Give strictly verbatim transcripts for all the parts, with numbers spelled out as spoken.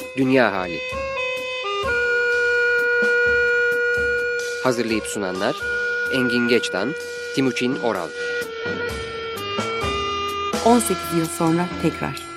Dünya Hali. Hazırlayıp sunanlar Engin Geçtan, Timuçin Oral. on sekiz yıl sonra tekrar.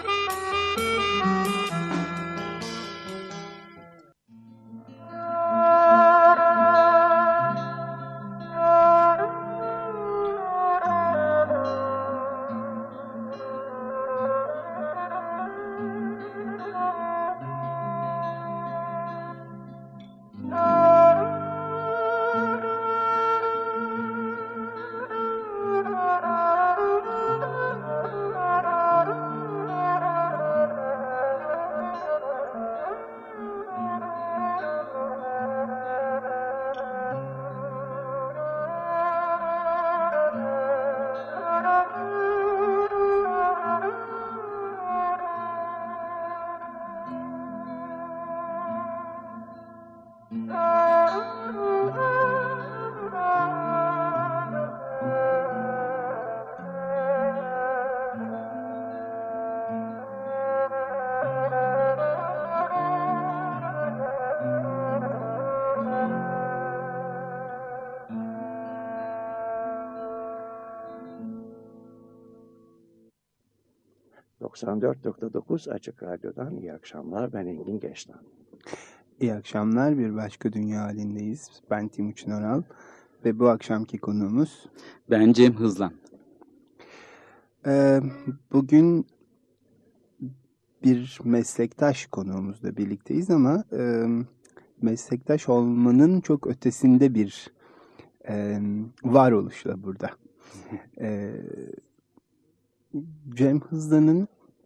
doksan dört nokta dokuz Açık Radyo'dan iyi akşamlar. Ben Engin Geçtan. İyi akşamlar. Bir başka dünya halindeyiz. Ben Timuçin Oral ve bu akşamki konuğumuz... Ben Cem Hızlan. Ee, bugün bir meslektaş konuğumuzla birlikteyiz ama e, meslektaş olmanın çok ötesinde bir e, varoluşla burada. E, Cem Hızlan'ın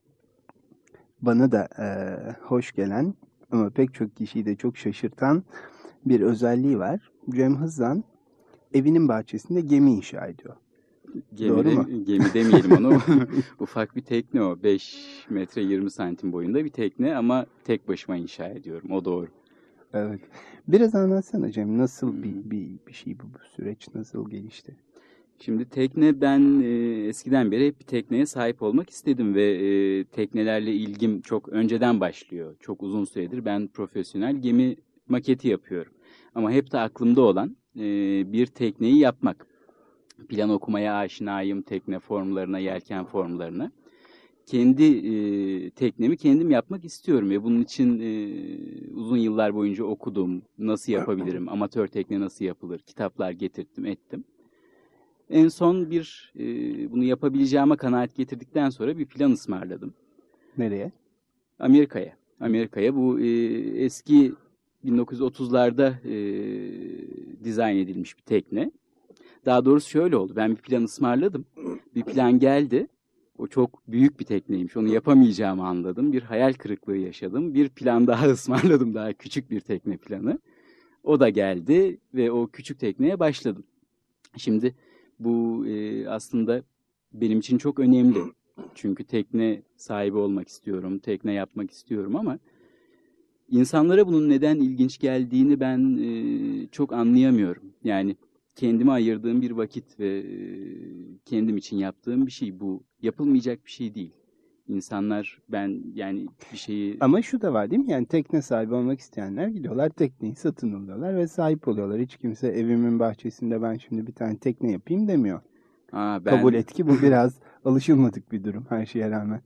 bana da e, hoş gelen ama pek çok kişiyi de çok şaşırtan bir özelliği var. Cem Hızlan evinin bahçesinde gemi inşa ediyor. Gemi Doğru de, mu? Gemi demeyelim onu. Ufak bir tekne o. beş metre yirmi santim boyunda bir tekne ama tek başıma inşa ediyorum. O doğru. Evet. Biraz anlatsana Cem. Nasıl bir, bir, bir şey bu, bu süreç? Nasıl gelişti? Şimdi tekne ben e, eskiden beri hep bir tekneye sahip olmak istedim ve e, teknelerle ilgim çok önceden başlıyor. Çok uzun süredir ben profesyonel gemi maketi yapıyorum. Ama hep de aklımda olan e, bir tekneyi yapmak. Plan okumaya aşinayım, tekne formlarına, yelken formlarına. Kendi e, teknemi kendim yapmak istiyorum ve bunun için e, uzun yıllar boyunca okudum. Nasıl yapabilirim, amatör tekne nasıl yapılır, kitaplar getirttim, ettim. En son bir e, bunu yapabileceğime kanaat getirdikten sonra bir plan ısmarladım. Nereye? Amerika'ya. Amerika'ya bu e, eski bin dokuz yüz otuzlarda e, dizayn edilmiş bir tekne. Daha doğrusu şöyle oldu. Ben bir plan ısmarladım. Bir plan geldi. O çok büyük bir tekneymiş. Onu yapamayacağımı anladım. Bir hayal kırıklığı yaşadım. Bir plan daha ısmarladım. Daha küçük bir tekne planı. O da geldi ve o küçük tekneye başladım. Şimdi bu e, aslında benim için çok önemli. Çünkü tekne sahibi olmak istiyorum. Tekne yapmak istiyorum ama insanlara bunun neden ilginç geldiğini ben e, çok anlayamıyorum. Yani kendime ayırdığım bir vakit ve e, kendim için yaptığım bir şey bu. Yapılmayacak bir şey değil. İnsanlar ben yani bir şeyi... Ama şu da var değil mi? Yani tekne sahibi olmak isteyenler gidiyorlar, tekneyi satın alıyorlar ve sahip oluyorlar. Hiç kimse evimin bahçesinde ben şimdi bir tane tekne yapayım demiyor. Aa, ben... Kabul et ki bu biraz alışılmadık bir durum her şeye rağmen.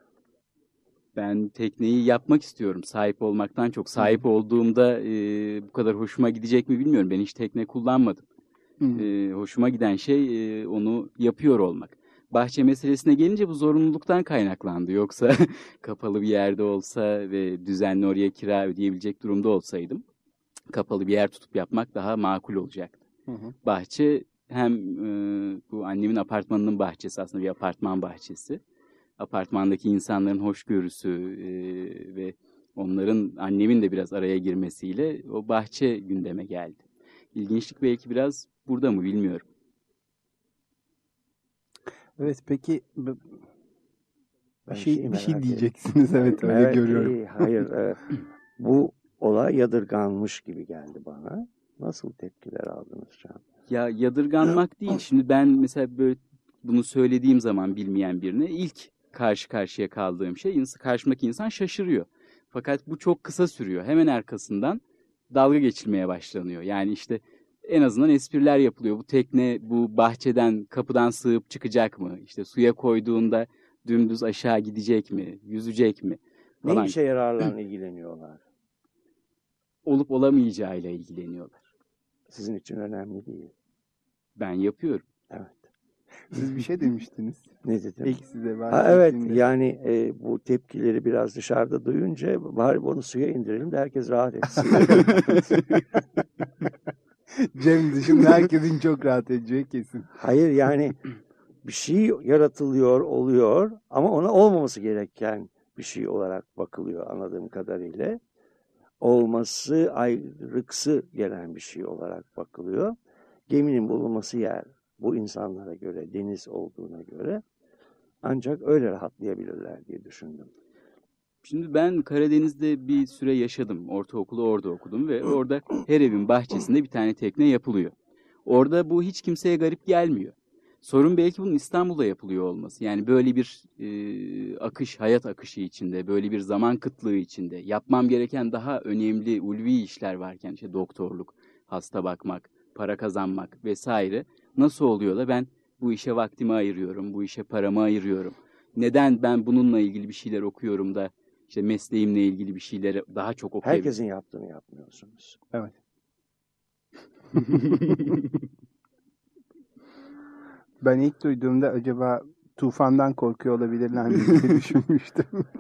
Ben tekneyi yapmak istiyorum. Sahip olmaktan çok. Sahip olduğumda e, bu kadar hoşuma gidecek mi bilmiyorum. Ben hiç tekne kullanmadım. E, hoşuma giden şey e, onu yapıyor olmak. Bahçe meselesine gelince bu zorunluluktan kaynaklandı. Yoksa kapalı bir yerde olsa ve düzenli oraya kira ödeyebilecek durumda olsaydım kapalı bir yer tutup yapmak daha makul olacaktı. Hı hı. Bahçe hem e, bu annemin apartmanının bahçesi, aslında bir apartman bahçesi. Apartmandaki insanların hoşgörüsü e, ve onların, annemin de biraz araya girmesiyle o bahçe gündeme geldi. İlginçlik belki biraz burada mı bilmiyorum. Evet, peki bir Ben şey, şey bir şey merak diyeceksiniz. Evet, öyle evet, görüyorum. iyi, hayır, e, bu olay yadırganmış gibi geldi bana. Nasıl tepkiler aldınız şu an? Ya yadırganmak değil. Şimdi ben mesela böyle bunu söylediğim zaman bilmeyen birine ilk karşı karşıya kaldığım şey, karşımdaki insan şaşırıyor. Fakat bu çok kısa sürüyor. Hemen arkasından dalga geçilmeye başlanıyor. Yani işte en azından espriler yapılıyor. Bu tekne bu bahçeden, kapıdan sığıp çıkacak mı? İşte suya koyduğunda dümdüz aşağı gidecek mi? Yüzecek mi? Ne işe yararla ilgileniyorlar? Olup olamayacağıyla ilgileniyorlar. Sizin için önemli değil. Ben yapıyorum. Evet. Siz bir şey demiştiniz. Ne dedim? İlk size Ha, evet bahsettiğimde. yani e, bu tepkileri biraz dışarıda duyunca bari bunu suya indirelim de herkes rahat etsin. Cem dışında herkesin çok rahat edeceği kesin. Hayır yani bir şey yaratılıyor, oluyor ama ona olmaması gereken bir şey olarak bakılıyor anladığım kadarıyla. Olması ayrıksı gelen bir şey olarak bakılıyor. Geminin bulunması yer bu insanlara göre deniz olduğuna göre ancak öyle rahatlayabilirler diye düşündüm. Şimdi ben Karadeniz'de bir süre yaşadım. Ortaokulu orada okudum ve orada her evin bahçesinde bir tane tekne yapılıyor. Orada bu hiç kimseye garip gelmiyor. Sorun belki bunun İstanbul'da yapılıyor olması. Yani böyle bir e, akış, hayat akışı içinde, böyle bir zaman kıtlığı içinde yapmam gereken daha önemli ulvi işler varken, işte doktorluk, hasta bakmak, para kazanmak vesaire nasıl oluyor da ben bu işe vaktimi ayırıyorum, bu işe paramı ayırıyorum. Neden ben bununla ilgili bir şeyler okuyorum da işte mesleğimle ilgili bir şeyleri daha çok okuyabiliyorum? Herkesin yaptığını yapmıyorsunuz. Evet. Ben ilk duyduğumda acaba tufandan korkuyor olabilirler mi diye düşünmüştüm.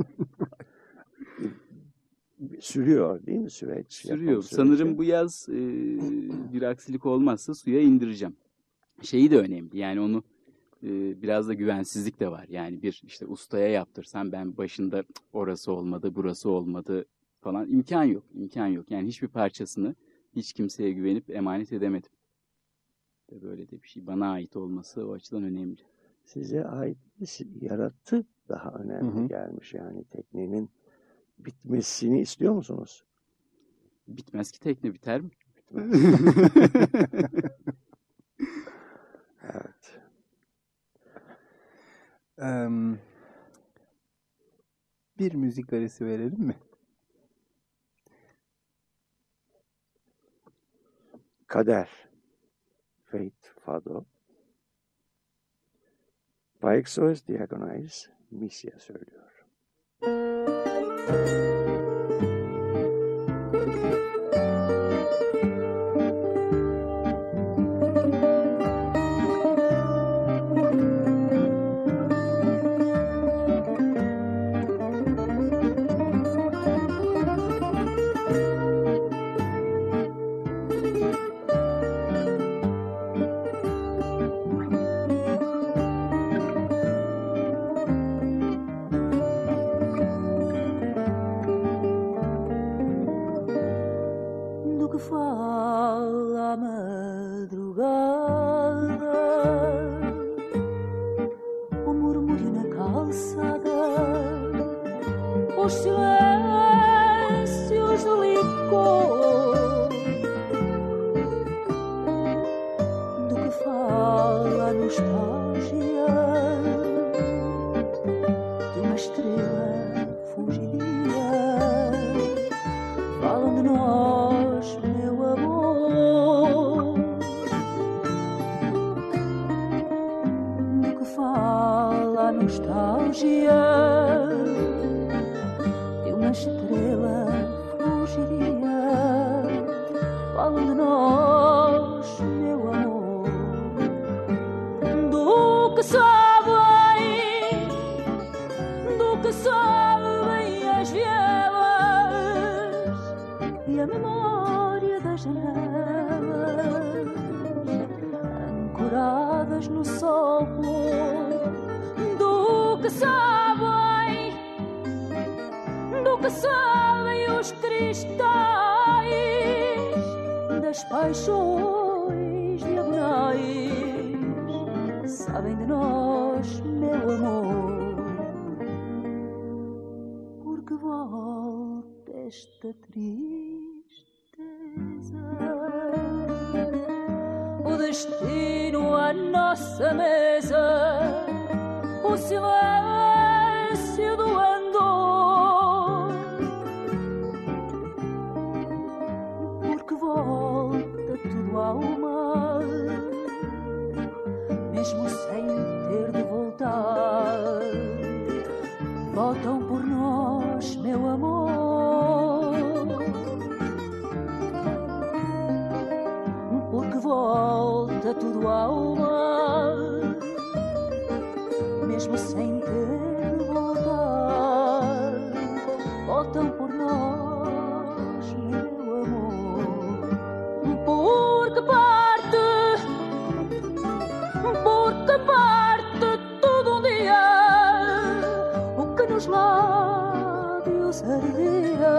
Sürüyor değil mi süreç? Sürüyor. Yapım Sanırım süreci. bu yaz e, bir aksilik olmazsa suya indireceğim. Şeyi de önemli. Yani onu e, biraz da güvensizlik de var. Yani bir işte ustaya yaptırsam ben başında orası olmadı, burası olmadı falan imkan yok. İmkan yok. Yani hiçbir parçasını hiç kimseye güvenip emanet edemedim. Böyle de bir şey bana ait olması o açıdan önemli. Size ait yarattı daha önemli Hı hı. gelmiş yani teknenin bitmesini istiyor musunuz? Bitmez ki tekne biter mi? Evet. Em, bir müzik arası verelim mi? Kader. Fate, Fado. Paixos Diagonais, Misya söylüyor. Do que fala a madrugada, o murmúrio na calçada, os silêncios de licor. Do que fala a nostalgia de uma estrela fugidia. Falam de nós, meu amor. Do que fala a nostalgia de uma estrela fugiria. Falam de nós, meu amor. Do que sabem, do que sabem as vielas e a memória das janelas ancoradas no sol pôr. Do que sabem, do que sabem os cristais das paixões diagonais, sabem de nós, meu amor. Porque volta esta tristeza, o destino à nossa mesa, o silêncio do andor, alma, mesmo sem ter de voltar. Voltam por nós, meu amor, porque volta tudo ao mar, mesmo sem ter de voltar. Voltam por nós, meu amor, porque parte, porque parte todo um dia o que nos lábios ardia,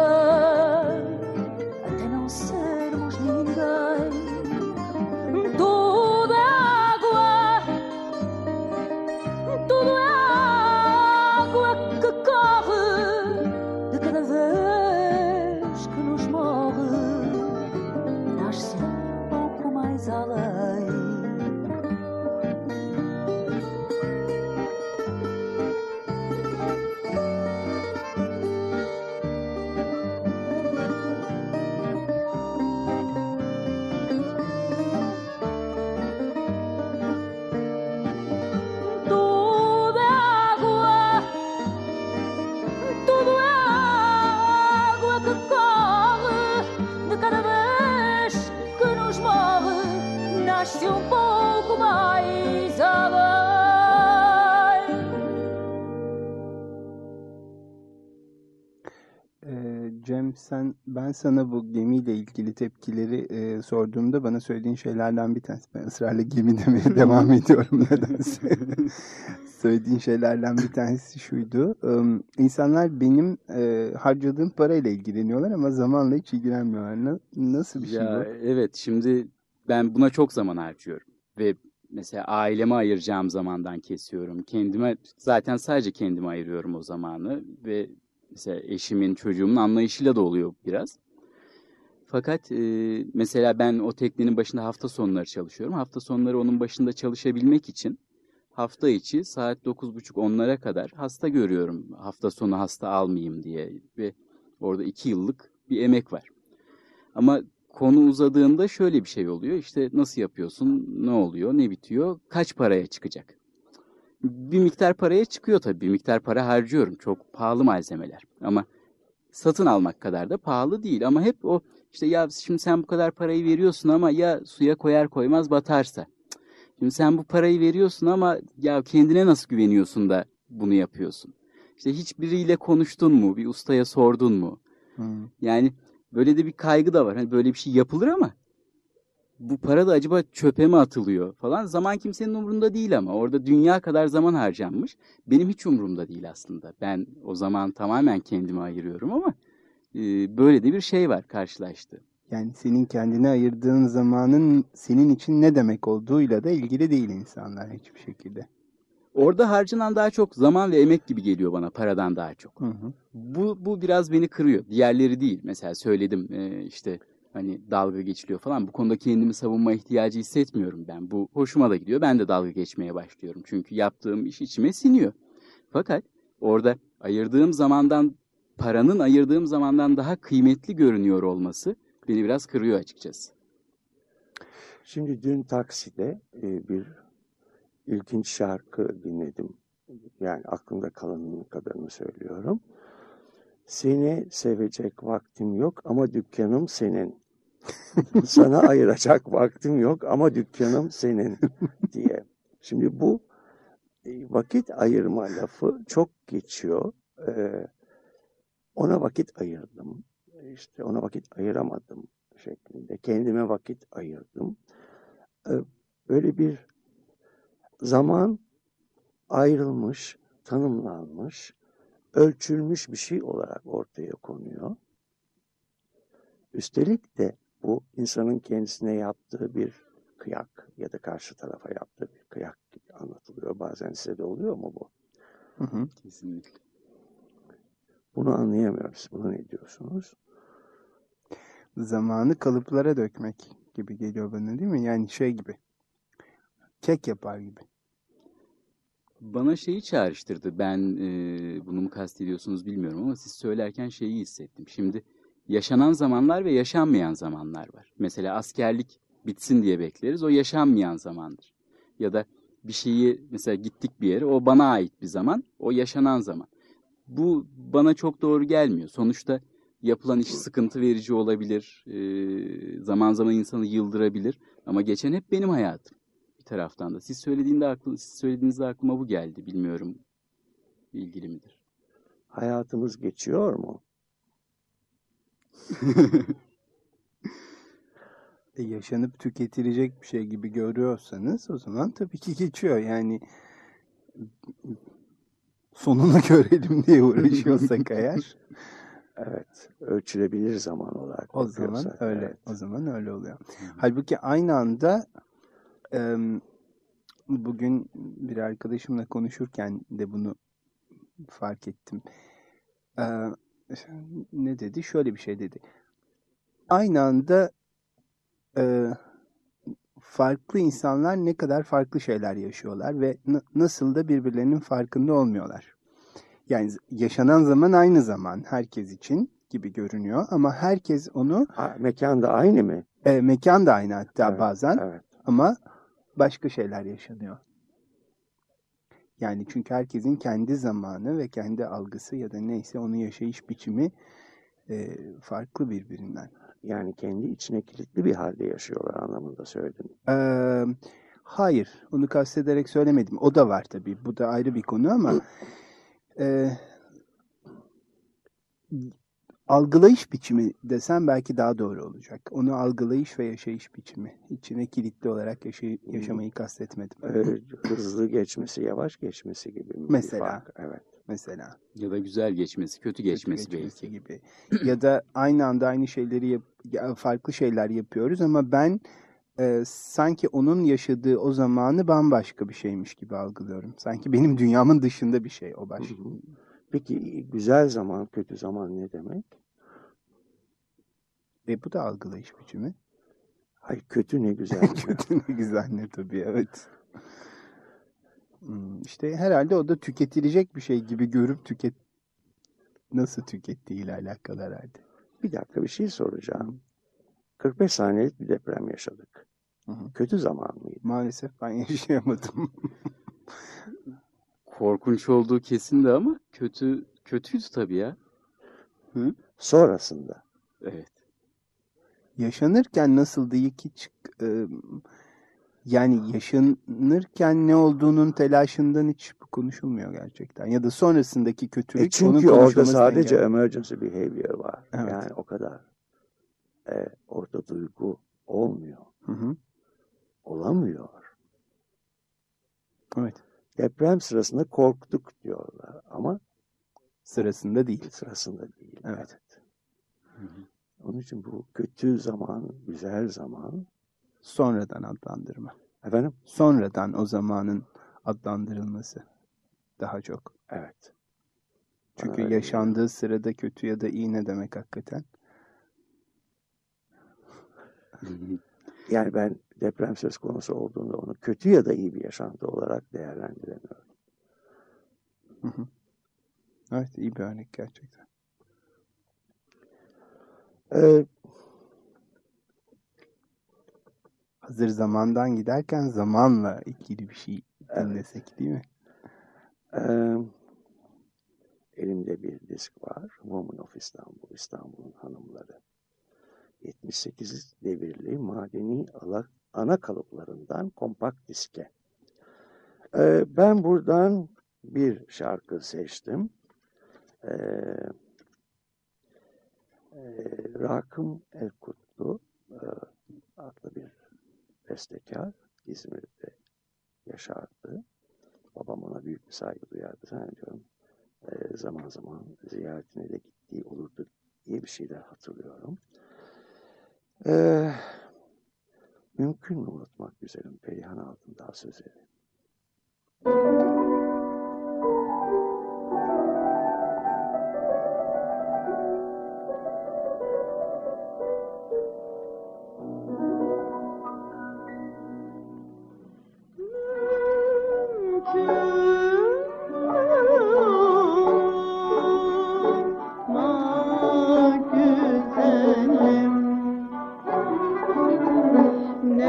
até não sermos ninguém. Tudo é água, tudo é água que corre de cada vez que nos morre, nasce um pouco mais além. Tudo é água, tudo é água que corre de cada vez que nos morre, nasce um pouco mais além. Ee, Cem, sen, ben sana bu gemiyle ilgili tepkileri e, sorduğumda bana söylediğin şeylerden bir tanesi. Ben ısrarla gemi demeye devam ediyorum nedense. Söylediğin şeylerden bir tanesi şuydu. Im, İnsanlar benim e, harcadığım parayla ilgileniyorlar ama zamanla hiç ilgilenmiyorlar. Na- nasıl bir şey Ya bu? evet, şimdi ben buna çok zaman harcıyorum ve mesela aileme ayıracağım zamandan kesiyorum. Kendime zaten sadece kendime ayırıyorum o zamanı ve mesela eşimin, çocuğumun anlayışıyla da oluyor biraz. Fakat e, mesela ben o teknenin başında hafta sonları çalışıyorum. Hafta sonları onun başında çalışabilmek için hafta içi saat dokuz buçuk onlara kadar hasta görüyorum. Hafta sonu hasta almayayım diye ve orada iki yıllık bir emek var. Ama konu uzadığında şöyle bir şey oluyor. İşte nasıl yapıyorsun, ne oluyor, ne bitiyor, kaç paraya çıkacak? Bir miktar paraya çıkıyor tabii. Bir miktar para harcıyorum. Çok pahalı malzemeler. Ama satın almak kadar da pahalı değil. Ama hep o işte ya şimdi sen bu kadar parayı veriyorsun ama ya suya koyar koymaz batarsa. Cık, Şimdi sen bu parayı veriyorsun ama ya kendine nasıl güveniyorsun da bunu yapıyorsun? İşte hiçbiriyle konuştun mu? Bir ustaya sordun mu? Hmm. Yani böyle de bir kaygı da var. Hani böyle bir şey yapılır ama bu para da acaba çöpe mi atılıyor falan. Zaman kimsenin umurunda değil ama orada dünya kadar zaman harcanmış. Benim hiç umurumda değil aslında. Ben o zaman tamamen kendime ayırıyorum ama e, böyle de bir şey var karşılaştı. Yani senin kendine ayırdığın zamanın senin için ne demek olduğuyla da ilgili değil insanlar hiçbir şekilde. Orada harcanan daha çok zaman ve emek gibi geliyor bana, paradan daha çok. Hı hı. Bu, bu biraz beni kırıyor. Diğerleri değil. Mesela söyledim e, işte hani dalga geçiliyor falan. Bu konuda kendimi savunma ihtiyacı hissetmiyorum ben. Bu hoşuma da gidiyor. Ben de dalga geçmeye başlıyorum. Çünkü yaptığım iş içime siniyor. Fakat orada ayırdığım zamandan, paranın ayırdığım zamandan daha kıymetli görünüyor olması beni biraz kırıyor açıkçası. Şimdi dün takside e, bir ilginç şarkı dinledim. Yani aklımda kalanın kadarını söylüyorum. Seni sevecek vaktim yok ama dükkanım senin. Sana ayıracak vaktim yok ama dükkanım senin diye. Şimdi bu e, vakit ayırma lafı çok geçiyor. Ee, ona vakit ayırdım. İşte ona vakit ayıramadım şeklinde. Kendime vakit ayırdım. Ee, böyle bir zaman ayrılmış, tanımlanmış, ölçülmüş bir şey olarak ortaya konuyor. Üstelik de bu insanın kendisine yaptığı bir kıyak ya da karşı tarafa yaptığı bir kıyak gibi anlatılıyor. Bazen size de oluyor mu bu? Hı hı. Kesinlikle. Bunu anlayamıyoruz. Buna ne diyorsunuz? Zamanı kalıplara dökmek gibi geliyor bana, değil mi? Yani şey gibi. Kek yapar gibi. Bana şeyi çağrıştırdı. Ben e, bunu mu kastediyorsunuz bilmiyorum ama siz söylerken şeyi hissettim. Şimdi yaşanan zamanlar ve yaşanmayan zamanlar var. Mesela askerlik bitsin diye bekleriz. O yaşanmayan zamandır. Ya da bir şeyi mesela gittik bir yere, o bana ait bir zaman, o yaşanan zaman. Bu bana çok doğru gelmiyor. Sonuçta yapılan iş sıkıntı verici olabilir, e, zaman zaman insanı yıldırabilir. Ama geçen hep benim hayatım bir taraftan da. Siz söylediğinde aklı, siz söylediğinizde aklıma bu geldi. Bilmiyorum, ilgili midir? Hayatımız geçiyor mu? E, yaşanıp tüketilecek bir şey gibi görüyorsanız o zaman tabii ki geçiyor. Yani sonunu görelim diye uğraşıyorsak eğer. Evet, ölçülebilir zaman olarak. O zaman öyle, evet. o zaman öyle oluyor. Halbuki aynı anda e, bugün bir arkadaşımla konuşurken de bunu fark ettim. E, ne dedi? Şöyle bir şey dedi. Aynı anda e, farklı insanlar ne kadar farklı şeyler yaşıyorlar ve n- nasıl da birbirlerinin farkında olmuyorlar. Yani yaşanan zaman aynı zaman herkes için gibi görünüyor ama herkes onu... Ha, mekan da aynı mı? E, mekan da aynı hatta Evet, bazen evet. ama başka şeyler yaşanıyor. Yani çünkü herkesin kendi zamanı ve kendi algısı ya da neyse onun yaşayış biçimi e, farklı birbirinden. Yani kendi içine kilitli bir halde yaşıyorlar anlamında söyledim. Ee, hayır, onu kastederek söylemedim. O da var tabii. Bu da ayrı bir konu ama e, algılayış biçimi desem belki daha doğru olacak. Onu algılayış ve yaşayış biçimi. İçine kilitli olarak yaşay- yaşamayı kastetmedim. Ee, hızlı geçmesi, yavaş geçmesi gibi bir Mesela. fark. Evet. Mesela. Ya da güzel geçmesi, kötü geçmesi, Kötü geçmesi belki. gibi. Ya da aynı anda aynı şeyleri yap- farklı şeyler yapıyoruz ama ben e, sanki onun yaşadığı o zamanı bambaşka bir şeymiş gibi algılıyorum. Sanki benim dünyamın dışında bir şey o başka. Peki güzel zaman, kötü zaman ne demek? E bu da algılayış biçimi. Hayır, kötü ne güzel. Kötü ne güzel ne tabii, evet. Hmm, işte herhalde o da tüketilecek bir şey gibi görüp tüket nasıl tükettiğiyle alakalı herhalde. Bir dakika, bir şey soracağım. kırk beş saniyelik bir deprem yaşadık. Hı hı. Kötü zaman mıydı? Maalesef ben yaşayamadım. Korkunç olduğu kesindi ama kötü kötüydü tabii ya. Hı? Sonrasında. Evet. Yaşanırken nasıldı hiç e, yani yaşanırken ne olduğunun telaşından hiç konuşulmuyor gerçekten. Ya da sonrasındaki kötülük E çünkü onun orada konuşulmasını sadece engeller. emergency behavior var. Evet. Yani o kadar. E, orada duygu olmuyor. Hı hı. Olamıyor. Evet. Deprem sırasında korktuk diyorlar ama Sırasında değil. sırasında değil. Evet. Hı hı. Onun için bu kötü zaman, güzel zaman. Sonradan adlandırma. Efendim? Sonradan o zamanın adlandırılması daha çok. Evet. Çünkü Bana öyle yaşandığı geliyor. sırada kötü ya da iyi ne demek hakikaten? Yani ben deprem söz konusu olduğunda onu kötü ya da iyi bir yaşantı olarak değerlendiremiyorum. Hı hı. Evet, iyi bir örnek gerçekten. Ee, Hazır zamandan giderken zamanla ilgili bir şey dinlesek değil mi? e, elimde bir disk var. Women of İstanbul, İstanbul'un hanımları. yetmiş sekiz devirli madeni ala- ana kalıplarından kompakt diske. Ee, ben buradan bir şarkı seçtim. Ee, e, Rakım Erkutlu e, adlı bir bestekar. İzmir'de yaşardı. Babam ona büyük bir saygı duyardı. Zannediyorum e, zaman zaman ziyaretine de gittiği olurdu diye bir şeyler hatırlıyorum. Ee, mümkün mü unutmak güzelim Perihan Altındağ sözleri? Ne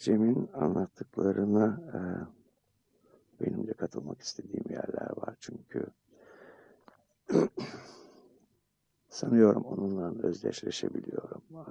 Cem'in anlattıklarına e, benim de katılmak istediğim yerler var çünkü sanıyorum onunla özdeşleşebiliyorum. E,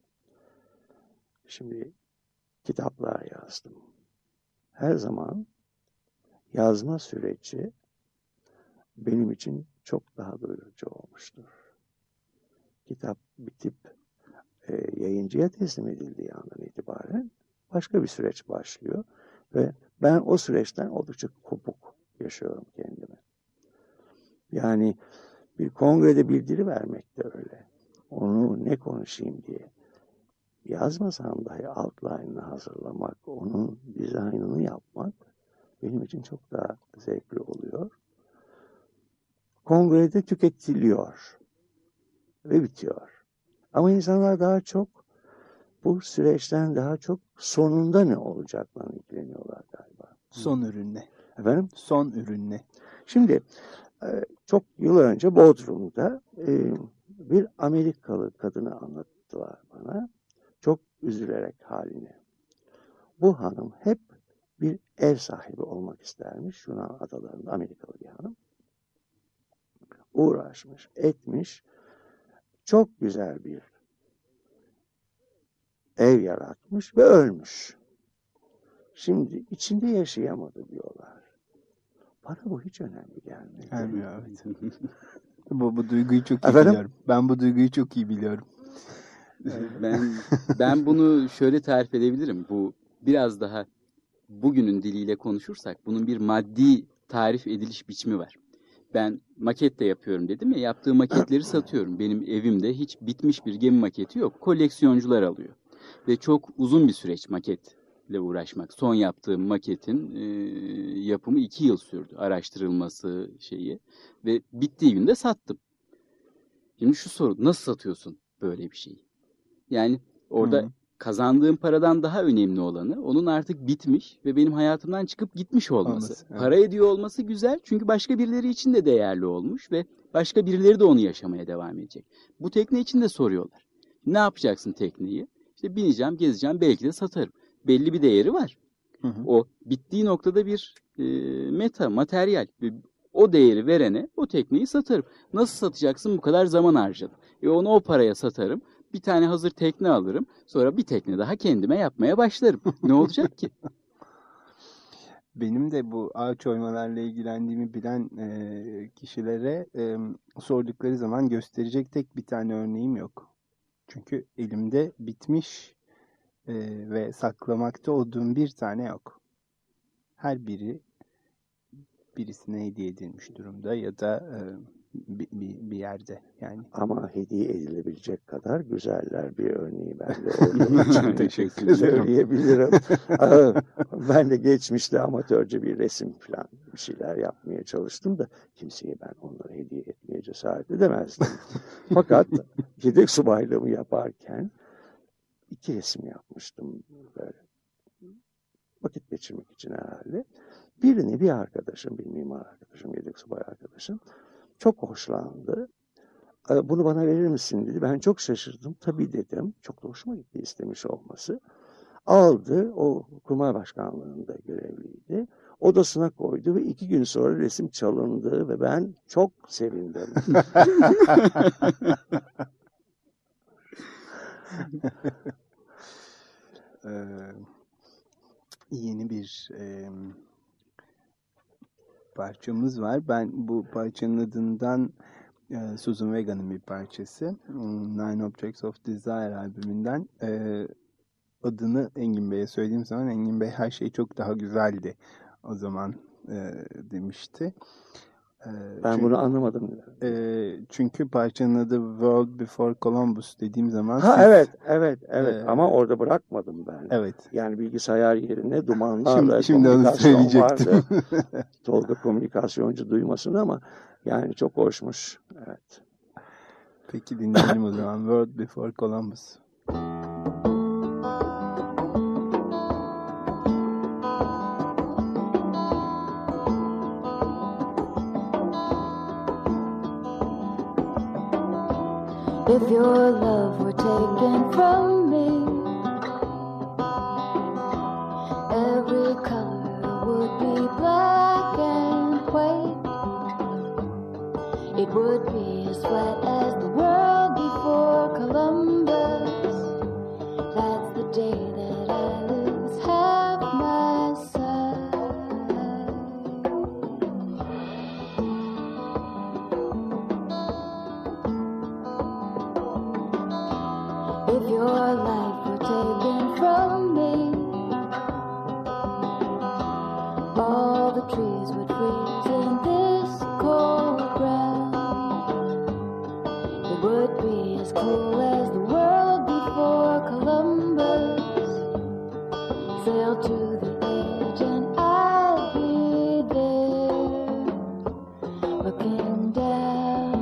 şimdi kitaplar yazdım. Her zaman yazma süreci benim için çok daha doyurucu olmuştur. Kitap bitip e, yayıncıya teslim edildiği andan itibaren başka bir süreç başlıyor ve ben o süreçten oldukça kopuk yaşıyorum kendimi. Yani bir kongrede bildiri vermek de öyle. Onu ne konuşayım diye yazmasam dahi outline'ını hazırlamak, onun dizaynını yapmak benim için çok daha zevkli oluyor. Kongrede tüketiliyor ve bitiyor. Ama insanlar daha çok bu süreçten daha çok sonunda ne olacakla ilgileniyorlar galiba. Son ürün ne? Efendim? Son ürün ne? Şimdi çok yıl önce Bodrum'da bir Amerikalı kadını anlattılar bana. Çok üzülerek halini. Bu hanım hep bir ev sahibi olmak istermiş. Yunan adalarında Amerikalı bir hanım. Uğraşmış, etmiş. Çok güzel bir ev yaratmış ve ölmüş. Şimdi içinde yaşayamadı diyorlar. Bana bu hiç önemli gelmedi. Gelmiyor, evet. bu, bu duyguyu çok iyi Efendim? biliyorum. Ben bu duyguyu çok iyi biliyorum. Ben ben bunu şöyle tarif edebilirim. Bu biraz daha bugünün diliyle konuşursak bunun bir maddi tarif ediliş biçimi var. Ben maket de yapıyorum dedim ya, yaptığım maketleri satıyorum. Benim evimde hiç bitmiş bir gemi maketi yok. Koleksiyoncular alıyor. Ve çok uzun bir süreç maketle uğraşmak. Son yaptığım maketin e, yapımı iki yıl sürdü. Araştırılması şeyi. Ve bittiği günde sattım. Şimdi şu soru, nasıl satıyorsun böyle bir şeyi? Yani orada Hı. kazandığım paradan daha önemli olanı onun artık bitmiş ve benim hayatımdan çıkıp gitmiş olması. Olması, evet. Para ediyor olması güzel çünkü başka birileri için de değerli olmuş ve başka birileri de onu yaşamaya devam edecek. Bu tekne için de soruyorlar. Ne yapacaksın tekneyi? İşte bineceğim, gezeceğim, belki de satarım. Belli bir değeri var. Hı hı. O bittiği noktada bir e, meta, materyal. O değeri verene o tekneyi satarım. Nasıl satacaksın? Bu kadar zaman harcadım. E onu o paraya satarım. Bir tane hazır tekne alırım. Sonra bir tekne daha kendime yapmaya başlarım. Ne olacak ki? Benim de bu ağaç oymalarla ilgilendiğimi bilen e, kişilere e, sordukları zaman gösterecek tek bir tane örneğim yok. Çünkü elimde bitmiş e, ve saklamakta olduğum bir tane yok. Her biri birisine hediye edilmiş durumda ya da e, bir, bir, bir yerde yani. Ama hediye edilebilecek kadar güzeller bir örneği bende olduğu için teşekkür ederim. Söyleyebilirim. Ben de geçmişte amatörce bir resim falan bir şeyler yapmaya çalıştım da kimseye ben onları hediye etmeye cesaret edemezdim. Fakat yedek subaylığımı yaparken iki resim yapmıştım böyle. Vakit geçirmek için herhalde. Birini bir arkadaşım, bir mimar arkadaşım, yedek subay arkadaşım çok hoşlandı. Bunu bana verir misin dedi. Ben çok şaşırdım. Tabii dedim. Çok da hoşuma gitti istemiş olması. Aldı. O Kurmay Başkanlığı'nda görevliydi. Odasına koydu ve iki gün sonra resim çalındı ve ben çok sevindim. ee, yeni bir e, parçamız var. Ben bu parçanın adından e, Susan Vega'nın bir parçası. Nine Objects of Desire albümünden. E, adını Engin Bey'e söylediğim zaman Engin Bey her şey çok daha güzeldi o zaman e, demişti. E, ben çünkü, bunu anlamadım. E, çünkü parçanın adı World Before Columbus dediğim zaman... Ha siz, evet, evet, evet. E, ama orada bırakmadım ben. Evet. Yani bilgisayar yerine dumanlarla şimdi, şimdi komünikasyon vardı. Tolga komünikasyoncu duymasın ama yani çok hoşmuş. Evet. Peki dinleyelim o zaman. World Before Columbus. If your love were taken from me, be black and white. It would be as flat as the world before Columbus. That's the day that I lose half my sight. If your life were taken from me, all the trees would freeze in this cold ground. It would be as cool as the world before Columbus sailed to the edge, and I'd be there looking down.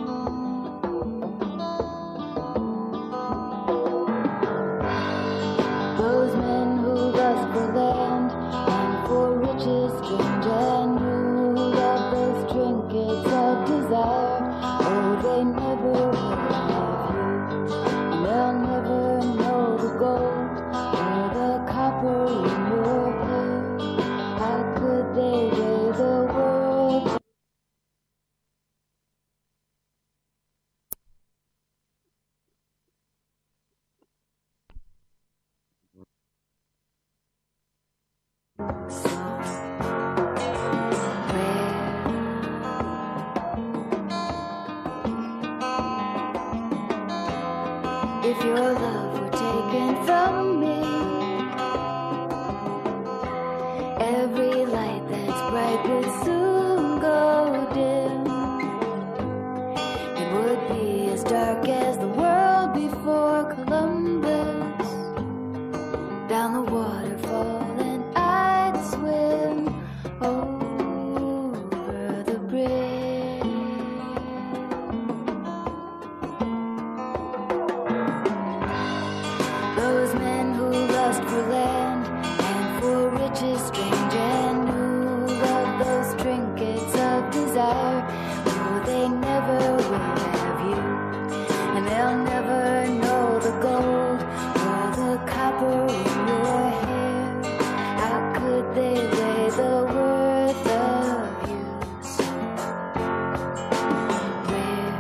Those men who lust for land and for riches strange and new, who love those trinkets of desire, oh, they never will have you, and they'll never know the gold or the copper in your hair. How could they weigh the worth? So if your love were taken from me, every light that's bright would soon go dim. It would be as dark as the world before Columbus. Down the waterfall and I'd swim over the bridge. Those men who lust for land and for riches strange and new, love those trinkets of desire, oh, they never will have you, and they'll never know the gold or the copper in your hair. How could they weigh the worth of you? So rare.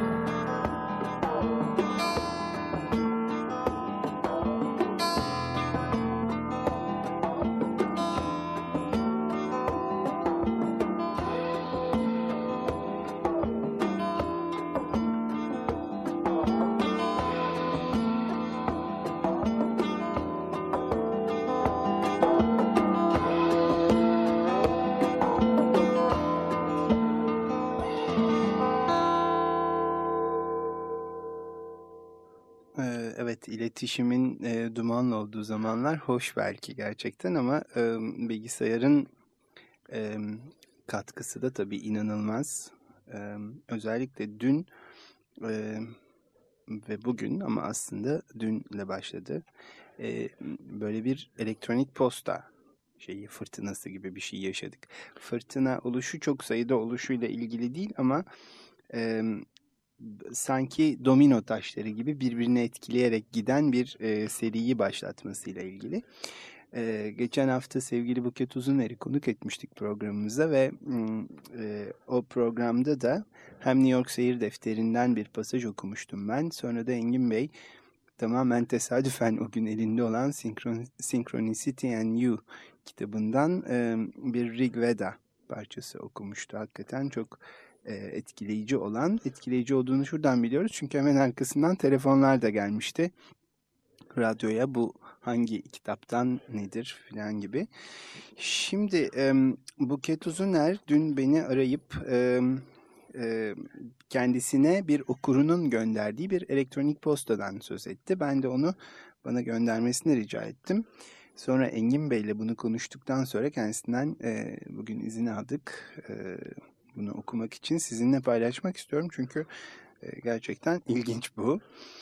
Ee, Evet, iletişimin e, dumanlı olduğu zamanlar hoş belki gerçekten ama e, bilgisayarın e, katkısı da tabii inanılmaz. E, özellikle dün e, ve bugün, ama aslında dünle başladı. E, böyle bir elektronik posta şeyi, fırtınası gibi bir şey yaşadık. Fırtına oluşu çok sayıda oluşuyla ilgili değil ama e, sanki domino taşları gibi birbirini etkileyerek giden bir e, seriyi başlatmasıyla ilgili. E, geçen hafta sevgili Buket Uzuner'i konuk etmiştik programımıza ve e, o programda da hem New York Seyir Defteri'nden bir pasaj okumuştum ben. Sonra da Engin Bey tamamen tesadüfen o gün elinde olan Synchron- Synchronicity and You kitabından e, bir Rig Veda parçası okumuştu. Hakikaten çok etkileyici olan, etkileyici olduğunu şuradan biliyoruz. Çünkü hemen arkasından telefonlar da gelmişti radyoya, bu hangi kitaptan nedir filan gibi. Şimdi Buket Uzuner dün beni arayıp kendisine bir okurunun gönderdiği bir elektronik postadan söz etti. Ben de onu bana göndermesini rica ettim. Sonra Engin Bey'le bunu konuştuktan sonra kendisinden bugün izin aldık. Bunu okumak için sizinle paylaşmak istiyorum. Çünkü gerçekten ilginç bu.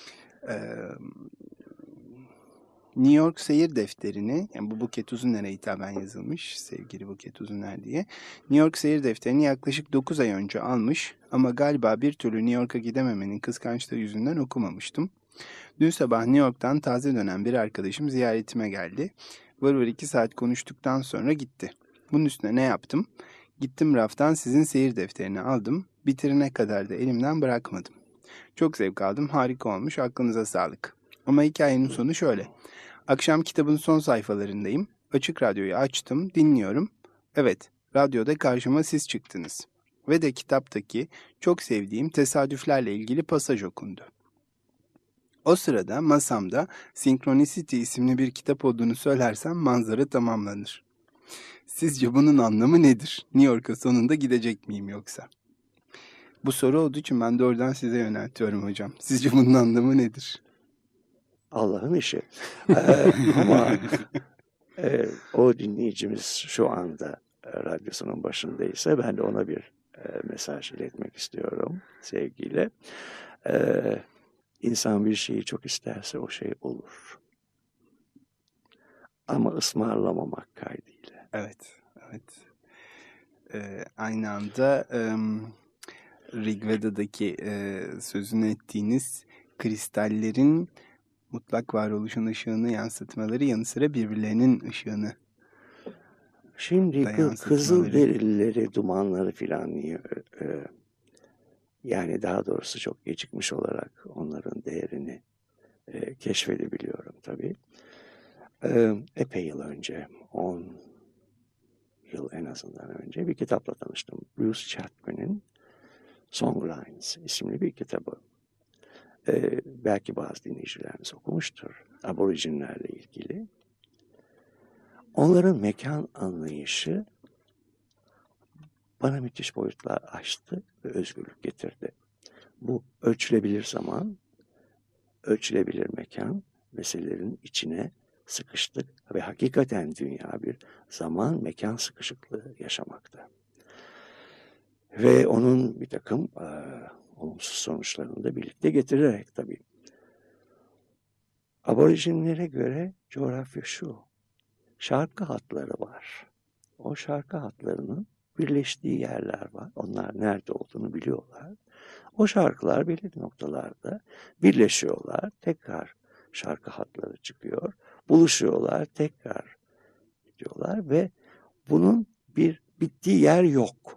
New York Seyir Defteri'ni, yani bu Buket Uzuner'e hitaben yazılmış, sevgili Buket Uzuner diye. New York Seyir Defteri'ni yaklaşık dokuz ay önce almış ama galiba bir türlü New York'a gidememenin kıskançlığı yüzünden okumamıştım. Dün sabah New York'tan taze dönen bir arkadaşım ziyaretime geldi. Vır vır iki saat konuştuktan sonra gitti. Bunun üstüne ne yaptım? Gittim raftan sizin seyir defterini aldım. Bitirene kadar da elimden bırakmadım. Çok zevk aldım. Harika olmuş. Aklınıza sağlık. Ama hikayenin sonu şöyle. Akşam kitabın son sayfalarındayım. Açık radyoyu açtım. Dinliyorum. Evet, radyoda karşıma siz çıktınız. Ve de kitaptaki çok sevdiğim tesadüflerle ilgili pasaj okundu. O sırada masamda Synchronicity isimli bir kitap olduğunu söylersem manzara tamamlanır. Sizce bunun anlamı nedir? New York'a sonunda gidecek miyim yoksa? Bu soru olduğu için ben de oradan size yöneltiyorum hocam. Sizce bunun anlamı nedir? Allah'ın işi. ee, ama e, o dinleyicimiz şu anda e, radyosunun başındaysa ben de ona bir e, mesaj iletmek istiyorum sevgiyle. Ee, insan bir şeyi çok isterse o şey olur. Ama ısmarlamamak kaydıyla. Evet, evet. Ee, aynı anda um, Rigveda'daki e, sözünü ettiğiniz kristallerin mutlak varoluşun ışığını yansıtmaları yanı sıra birbirlerinin ışığını Şimdi da kı, yansıtmaları. Kızılderilileri, dumanları filan niye e, e, yani daha doğrusu çok gecikmiş olarak onların değerini e, keşfedebiliyorum tabii. E, epey yıl önce, on yıl en azından önce bir kitapla tanıştım. Bruce Chatwin'in Songlines isimli bir kitabı. E, belki bazı dinleyicilerimiz okumuştur. Aborijinlerle ilgili. Onların mekan anlayışı bana müthiş boyutlar açtı ve özgürlük getirdi. Bu ölçülebilir zaman, ölçülebilir mekan meselelerin içine sıkıştık ve hakikaten dünya bir zaman mekan sıkışıklığı yaşamakta. Ve onun bir takım e, olumsuz sonuçlarını da birlikte getirerek tabii. Aborijinlere göre coğrafya şu, şarkı hatları var. O şarkı hatlarının birleştiği yerler var. Onlar nerede olduğunu biliyorlar. O şarkılar belirli noktalarda birleşiyorlar. Tekrar şarkı hatları çıkıyor. Buluşuyorlar. Tekrar gidiyorlar ve bunun bir bittiği yer yok.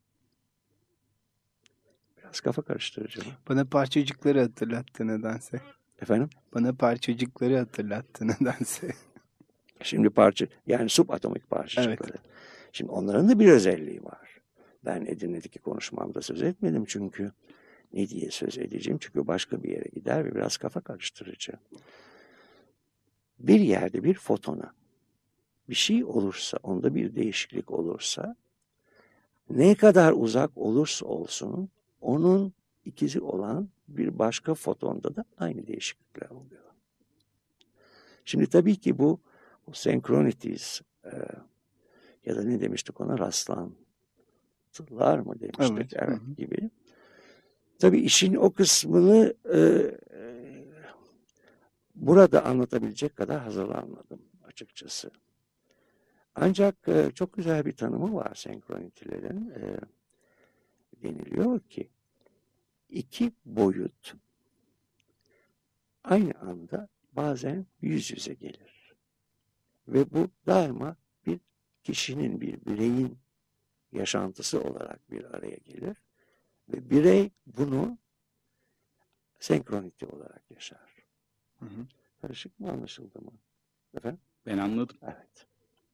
Biraz kafa karıştırıcı mı? Bana parçacıkları hatırlattı nedense. Efendim? Bana parçacıkları hatırlattı nedense. Şimdi parça, yani subatomik parçacıkları. Evet. Şimdi onların da bir özelliği var. Ben Edirne'deki konuşmamda söz etmedim çünkü ne diye söz edeceğim? Çünkü başka bir yere gider ve biraz kafa karıştırıcı. Bir yerde bir fotona bir şey olursa, onda bir değişiklik olursa, ne kadar uzak olursa olsun onun ikizi olan bir başka fotonda da aynı değişiklikler oluyor. Şimdi tabii ki bu, bu synchronicities e, ya da ne demiştik ona, rastlantılar mı demiştik, Evet, evet, hı hı. gibi. Tabii işin o kısmını e, e, burada anlatabilecek kadar hazırlanmadım açıkçası. Ancak e, çok güzel bir tanımı var senkronitilerin. E, deniliyor ki iki boyut aynı anda bazen yüz yüze gelir. Ve bu daima bir kişinin, bir bireyin yaşantısı olarak bir araya gelir. Ve birey bunu senkroniti olarak yaşar. Hı hı. Karışık mı, anlaşıldı mı? Efendim? Ben anladım. Evet.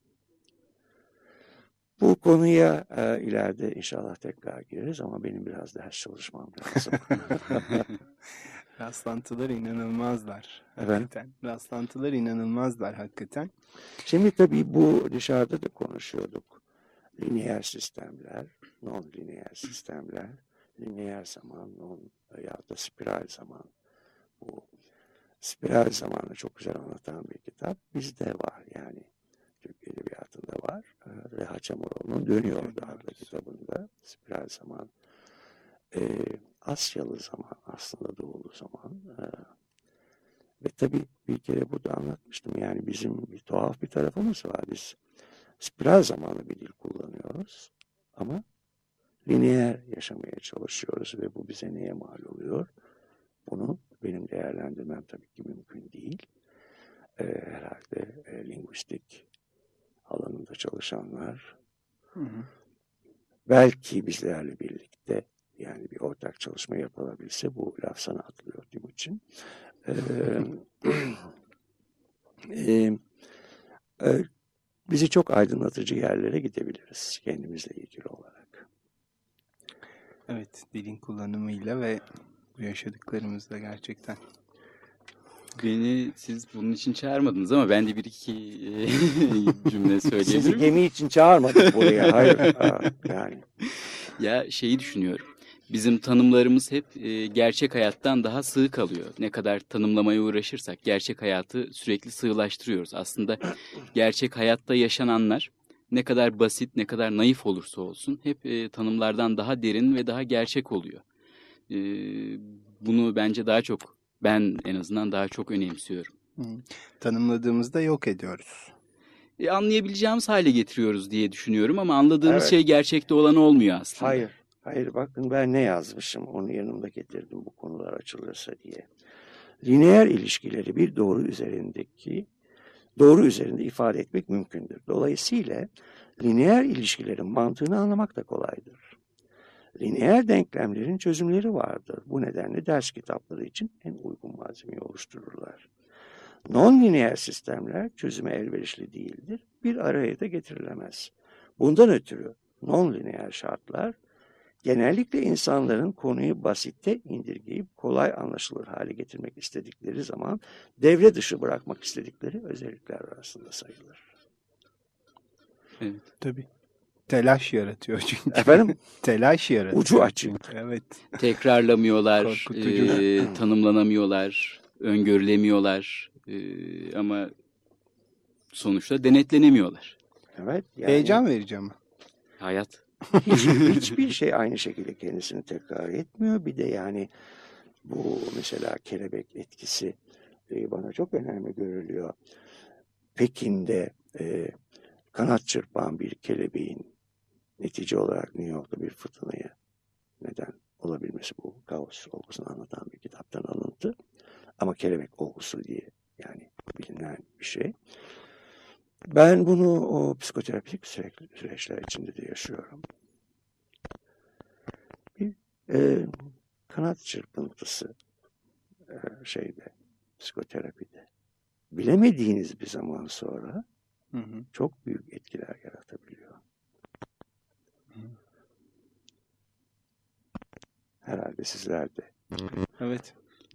Bu konuya e, ileride inşallah tekrar gireriz ama benim biraz ders çalışmam lazım. Rastlantılar inanılmazlar. Efendim? Hakikaten. Rastlantılar inanılmazlar hakikaten. Şimdi tabii bu dışarıda da konuşuyorduk. Lineer sistemler, non-lineer sistemler, lineer zaman, non ya da spiral zaman. Bu spiral zamanı çok güzel anlatan bir kitap. Bizde var yani. Türk Edebiyatı'nda var. Reha Çamuroğlu'nun Dönüyordu adlı kitabında. Spiral zaman. Ee, Asyalı zaman, aslında doğulu zaman. Ee, ve tabii bir kere burada anlatmıştım. Yani bizim bir tuhaf bir tarafımız var. Biz spiral zamanlı bir dil kullanıyoruz. Ama lineer yaşamaya çalışıyoruz ve bu bize neye mal oluyor? Bunu benim değerlendirmem tabii ki mümkün değil. Ee, herhalde e, lingüistik alanında çalışanlar Hı hı. Belki bizlerle birlikte yani bir ortak çalışma yapılabilse bu laf sana atılıyor Timuçin. Ee, e, e, bizi çok aydınlatıcı yerlere gidebiliriz kendimizle ilgili olarak. Evet, dilin kullanımıyla ve bu yaşadıklarımızla gerçekten. Beni siz bunun için çağırmadınız ama ben de bir iki cümle Sizi söyleyebilirim. gemi için çağırmadık buraya. Hayır. Aa, yani. Ya şeyi düşünüyorum. Bizim tanımlarımız hep e, gerçek hayattan daha sığ kalıyor. Ne kadar tanımlamaya uğraşırsak gerçek hayatı sürekli sığlaştırıyoruz. Aslında gerçek hayatta yaşananlar ne kadar basit, ne kadar naif olursa olsun hep e, tanımlardan daha derin ve daha gerçek oluyor. E, bunu bence daha çok, ben en azından daha çok önemsiyorum. Hı. Tanımladığımızda yok ediyoruz. E, anlayabileceğimiz hale getiriyoruz diye düşünüyorum ama anladığımız Evet. şey gerçekte olan olmuyor aslında. Hayır. Hayır bakın ben ne yazmışım onu yanımda getirdim bu konular açılırsa diye. Lineer ilişkileri bir doğru üzerindeki doğru üzerinde ifade etmek mümkündür. Dolayısıyla lineer ilişkilerin mantığını anlamak da kolaydır. Lineer denklemlerin çözümleri vardır. Bu nedenle ders kitapları için en uygun malzemeyi oluştururlar. Non-lineer sistemler çözüme elverişli değildir. Bir araya da getirilemez. Bundan ötürü non-lineer şartlar genellikle insanların konuyu basite indirgeyip kolay anlaşılır hale getirmek istedikleri zaman devre dışı bırakmak istedikleri özellikler arasında sayılır. Evet. Tabii. Telaş yaratıyor çünkü. Efendim? Telaş yaratıyor. Ucu açık. çünkü. Evet. Tekrarlamıyorlar, Korkutucu. e, tanımlanamıyorlar, öngörülemiyorlar e, ama sonuçta denetlenemiyorlar. Evet. Yani Heyecan verici ama. Hayat. hiç, hiçbir şey aynı şekilde kendisini tekrar etmiyor. Bir de yani bu mesela kelebek etkisi e, bana çok önemli görülüyor. Pekin'de e, kanat çırpan bir kelebeğin netice olarak New York'ta bir fırtınaya neden olabilmesi bu kaos olgusunu anlatan bir kitaptan alıntı. Ama kelebek olgusu diye yani bilinen bir şey. Ben bunu o psikoterapik süreçler içinde de yaşıyorum. Bir e, kanat çırpıntısı e, şeyde psikoterapide bilemediğiniz bir zaman sonra Hı hı. çok büyük etkiler yaratabiliyor. Herhalde sizler de. Evet.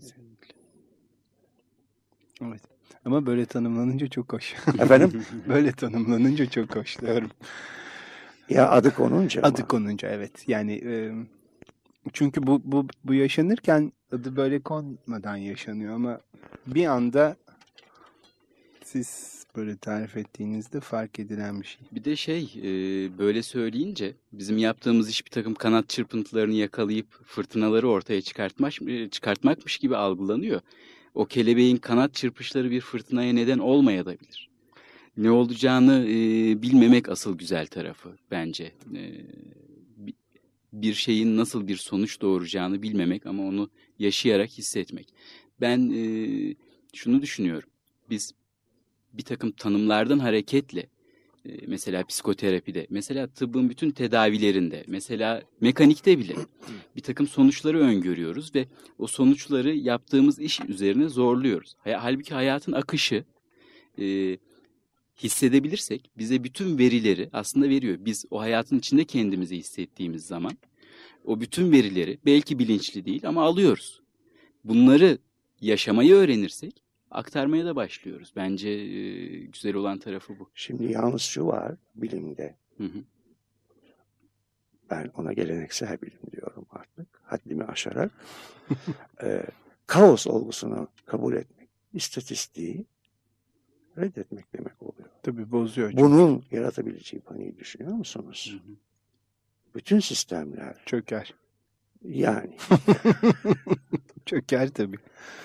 Evet. Ama böyle tanımlanınca çok hoş. Efendim? Böyle tanımlanınca çok hoşluyorum. Ya adı konunca mı? Adı konunca evet. Yani e, çünkü bu bu bu yaşanırken adı böyle konmadan yaşanıyor ama bir anda siz böyle tarif ettiğinizde fark edilen bir şey. Bir de şey e, böyle söyleyince bizim yaptığımız iş bir takım kanat çırpıntılarını yakalayıp fırtınaları ortaya çıkartmak, çıkartmakmış gibi algılanıyor. O kelebeğin kanat çırpışları bir fırtınaya neden olmayabilir. Ne olacağını e, bilmemek asıl güzel tarafı bence. E, bir şeyin nasıl bir sonuç doğuracağını bilmemek ama onu yaşayarak hissetmek. Ben e, şunu düşünüyorum. Biz bir takım tanımlardan hareketle e, mesela psikoterapide, mesela tıbbın bütün tedavilerinde, mesela mekanikte bile bir takım sonuçları öngörüyoruz ve o sonuçları yaptığımız iş üzerine zorluyoruz. Halbuki hayatın akışı e, hissedebilirsek bize bütün verileri aslında veriyor. Biz o hayatın içinde kendimizi hissettiğimiz zaman o bütün verileri belki bilinçli değil ama alıyoruz. Bunları yaşamayı öğrenirsek aktarmaya da başlıyoruz. Bence e, güzel olan tarafı bu. Şimdi yalnız şu var bilimde. Hı hı. Ben ona geleneksel bilim diyorum artık. Haddimi aşarak. e, kaos olgusunu kabul etmek, istatistiği reddetmek demek oluyor. Tabii bozuyor. Çünkü. Bunun yaratabileceği paniği düşünüyor musunuz? Hı hı. Bütün sistemler Çöker. yani Çöker tabii.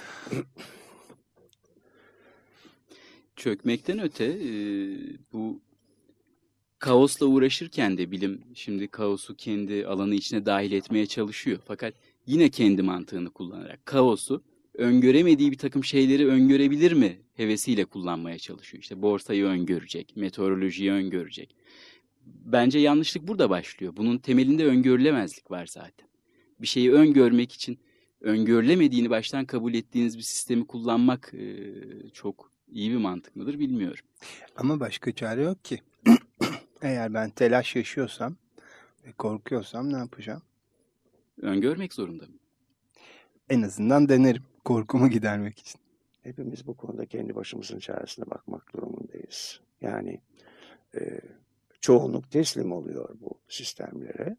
Çökmekten öte e, bu kaosla uğraşırken de bilim şimdi kaosu kendi alanı içine dahil etmeye çalışıyor. Fakat yine kendi mantığını kullanarak kaosu öngöremediği bir takım şeyleri öngörebilir mi hevesiyle kullanmaya çalışıyor. İşte borsayı öngörecek, meteorolojiyi öngörecek. bence yanlışlık burada başlıyor. Bunun temelinde öngörülemezlik var zaten. Bir şeyi öngörmek için öngörülemediğini baştan kabul ettiğiniz bir sistemi kullanmak e, çok iyi bir mantık mıdır bilmiyorum. Ama başka çare yok ki. Eğer ben telaş yaşıyorsam ve korkuyorsam ne yapacağım? Öngörmek zorundayım. En azından denerim korkumu gidermek için. Hepimiz bu konuda kendi başımızın çaresine bakmak durumundayız. Yani e, çoğunluk teslim oluyor bu sistemlere.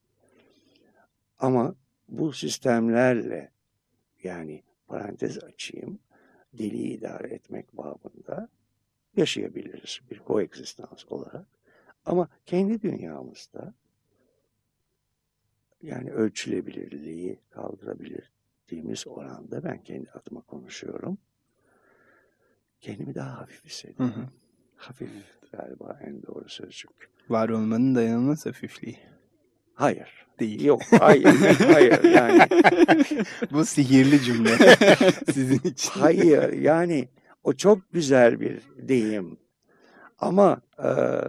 Ama bu sistemlerle, yani parantez açayım, deliği idare etmek babında yaşayabiliriz bir koegzistans olarak. Ama kendi dünyamızda, yani ölçülebilirliği kaldırabildiğimiz oranda, ben kendi adıma konuşuyorum, kendimi daha hafif hissediyorum. Hı hı. Hafif galiba en doğru sözcük. Var olmanın dayanılmaz hafifliği. Hayır. Değil. Yok, hayır, hayır yani. Bu sihirli cümle sizin için. Hayır, yani o çok güzel bir deyim. Ama e,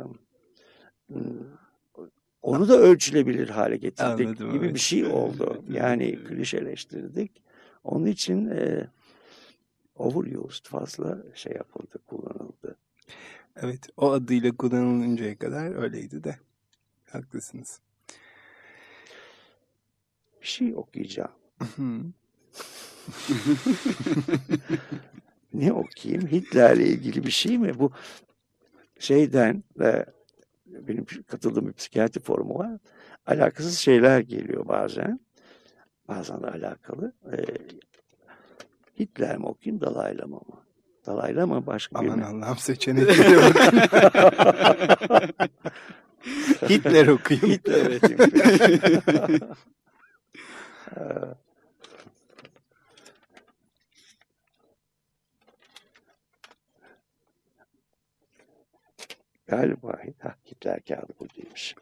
onu da ölçülebilir hale getirdik. Anladım, gibi evet. bir şey oldu. Evet, Yani evet. klişeleştirdik. Onun için e, overused, fazla şey yapıldı, kullanıldı. Evet, o adıyla kullanılıncaya kadar öyleydi de. Haklısınız. Bir şey okuyacağım. Ne okuyayım? Hitler'le ilgili bir şey mi? Bu şeyden ve benim katıldığım bir psikiyatri forumu var. Alakasız şeyler geliyor bazen. Bazen de alakalı. Ee, Hitler mi okuyayım, Dalai Lama mı? Dalai Lama başka bir Aman mi? Allah'ım, seçeneklere bakın. Hitler okuyayım. Hitler okuyayım. Galiba ha, Hitler kağıdı buradaymış.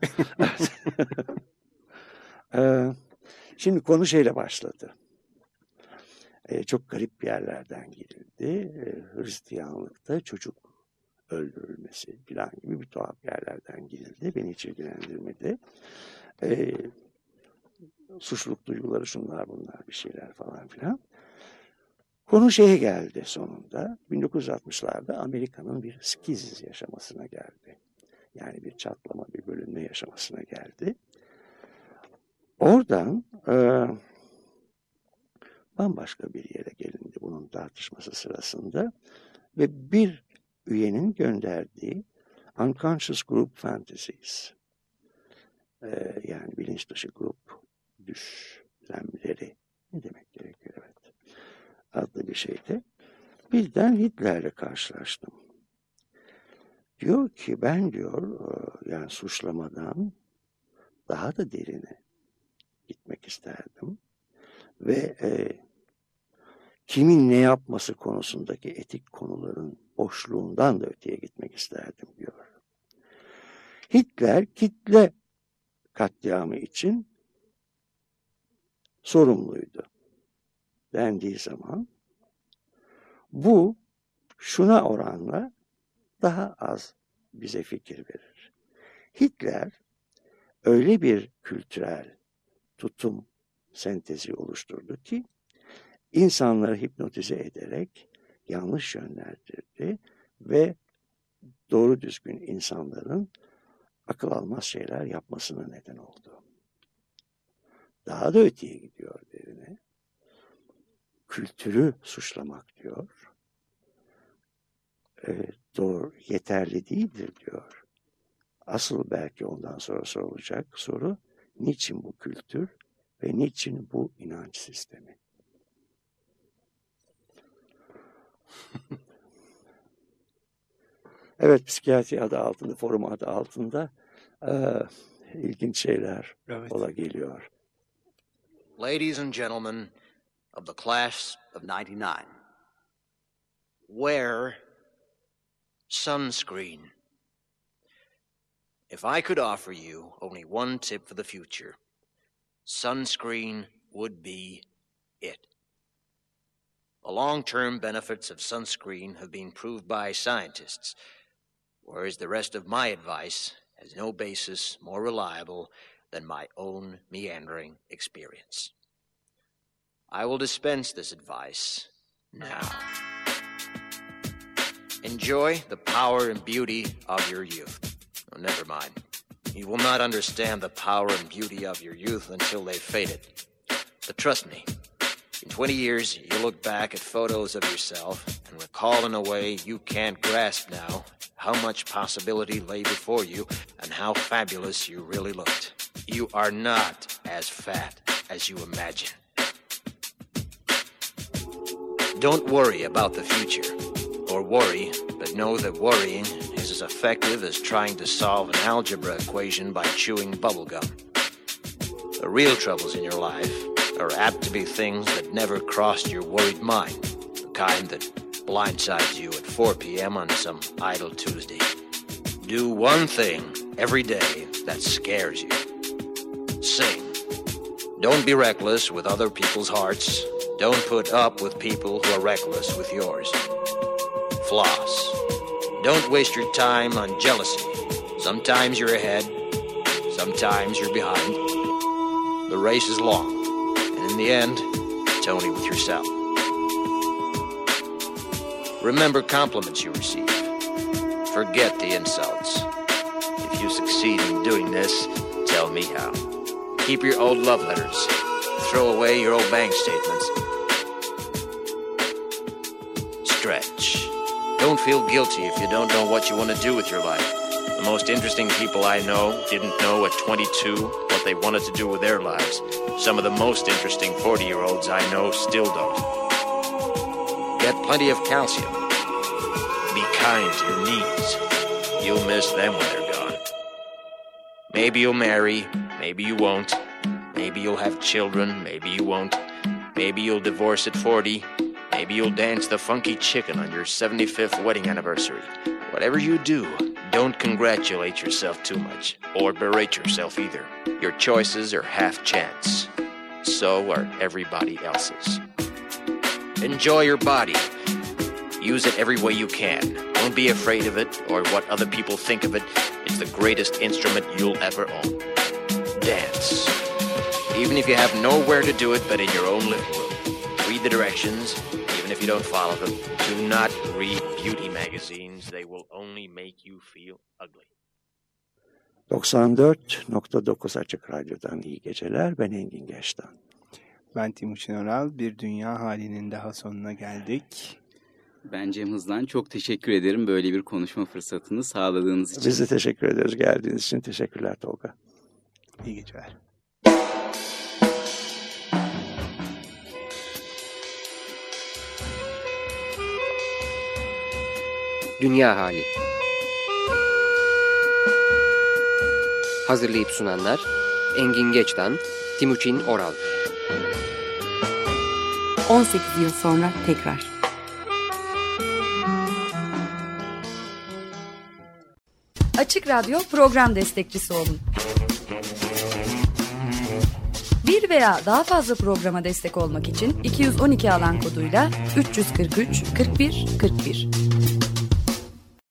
ee, şimdi konu şeyle başladı. Ee, çok garip bir yerlerden girildi. Ee, Hristiyanlıkta çocuk öldürülmesi falan gibi bir tuhaf yerlerden girildi. Beni hiç ilgilendirmedi. Ee, suçluluk duyguları, şunlar bunlar bir şeyler falan filan. Konu şeye geldi sonunda. bin dokuz yüz altmışlarda Amerika'nın bir skiz yaşamasına geldi. Yani bir çatlama, bir bölünme yaşamasına geldi. Oradan e, bambaşka bir yere gelindi bunun tartışması sırasında. Ve bir üyenin gönderdiği Unconscious Group Fantasies, e, yani bilinç dışı grup düşlemleri, ne demek gerekiyor, evet, adlı bir şeydi. Birden Hitler'le karşılaştım. Diyor ki ben diyor yani suçlamadan daha da derine gitmek isterdim. Ve e, kimin ne yapması konusundaki etik konuların boşluğundan da öteye gitmek isterdim diyor. Hitler kitle katliamı için sorumluydu dendiği zaman bu şuna oranla daha az bize fikir verir. Hitler öyle bir kültürel tutum sentezi oluşturdu ki insanları hipnotize ederek yanlış yönlendirdi ve doğru düzgün insanların akıl almaz şeyler yapmasına neden oldu. Daha da öteye gidiyor derine. Kültürü suçlamak diyor. E, doğru, yeterli değildir diyor. Asıl belki ondan sonra sorulacak soru, niçin bu kültür ve niçin bu inanç sistemi? Evet, psikiyatri adı altında, forum adı altında e, ilginç şeyler Evet. ola geliyor. Ladies and gentlemen of the class of ninety-nine, wear sunscreen. If I could offer you only one tip for the future, sunscreen would be it. The long-term benefits of sunscreen have been proved by scientists, whereas the rest of my advice has no basis more reliable than my own meandering experience. I will dispense this advice now. Enjoy the power and beauty of your youth. Oh, never mind. You will not understand the power and beauty of your youth until they've faded. But trust me, in twenty years, you'll look back at photos of yourself and recall in a way you can't grasp now how much possibility lay before you and how fabulous you really looked. You are not as fat as you imagine. Don't worry about the future, or worry, but know that worrying is as effective as trying to solve an algebra equation by chewing bubblegum. The real troubles in your life are apt to be things that never crossed your worried mind, the kind that blindsides you at four p.m. on some idle Tuesday. Do one thing every day that scares you. Sing. Don't be reckless with other people's hearts. Don't put up with people who are reckless with yours. Floss. Don't waste your time on jealousy. Sometimes you're ahead, sometimes you're behind. The race is long, and in the end, it's only with yourself. Remember compliments you receive. Forget the insults. If you succeed in doing this, tell me how. Keep your old love letters. Throw away your old bank statements. Stretch. Don't feel guilty if you don't know what you want to do with your life. The most interesting people I know didn't know at twenty-two what they wanted to do with their lives. Some of the most interesting forty-year-olds I know still don't. Get plenty of calcium. Be kind to your knees. You'll miss them when they're gone. Maybe you'll marry, maybe you won't. Maybe you'll have children, maybe you won't. Maybe you'll divorce at forty. Maybe you'll dance the funky chicken on your seventy-fifth wedding anniversary. Whatever you do, don't congratulate yourself too much, or berate yourself either. Your choices are half chance. So are everybody else's. Enjoy your body. Use it every way you can. Don't be afraid of it or what other people think of it. It's the greatest instrument you'll ever own. Dance. Even if you have nowhere to do it but in your own living room. Read the directions, even if you don't follow them. Do not read beauty magazines. They will only make you feel ugly. doksan dört nokta dokuz Açık Radyo'dan iyi geceler. Ben Engin Geçtan. Ben Timuçin Oral. Bir dünya halinin daha sonuna geldik. Ben Cem Hızlan. Çok teşekkür ederim böyle bir konuşma fırsatını sağladığınız için. Biz de teşekkür ederiz geldiğiniz için. Teşekkürler Tolga. İyi geceler. Dünya Hali. Hazırlayıp sunanlar Engin Geçtan, Timuçin Oral. on sekiz yıl sonra tekrar. Açık Radyo program destekçisi olun. Bir veya daha fazla programa destek olmak için iki yüz on iki alan koduyla üç yüz kırk üç kırk bir kırk bir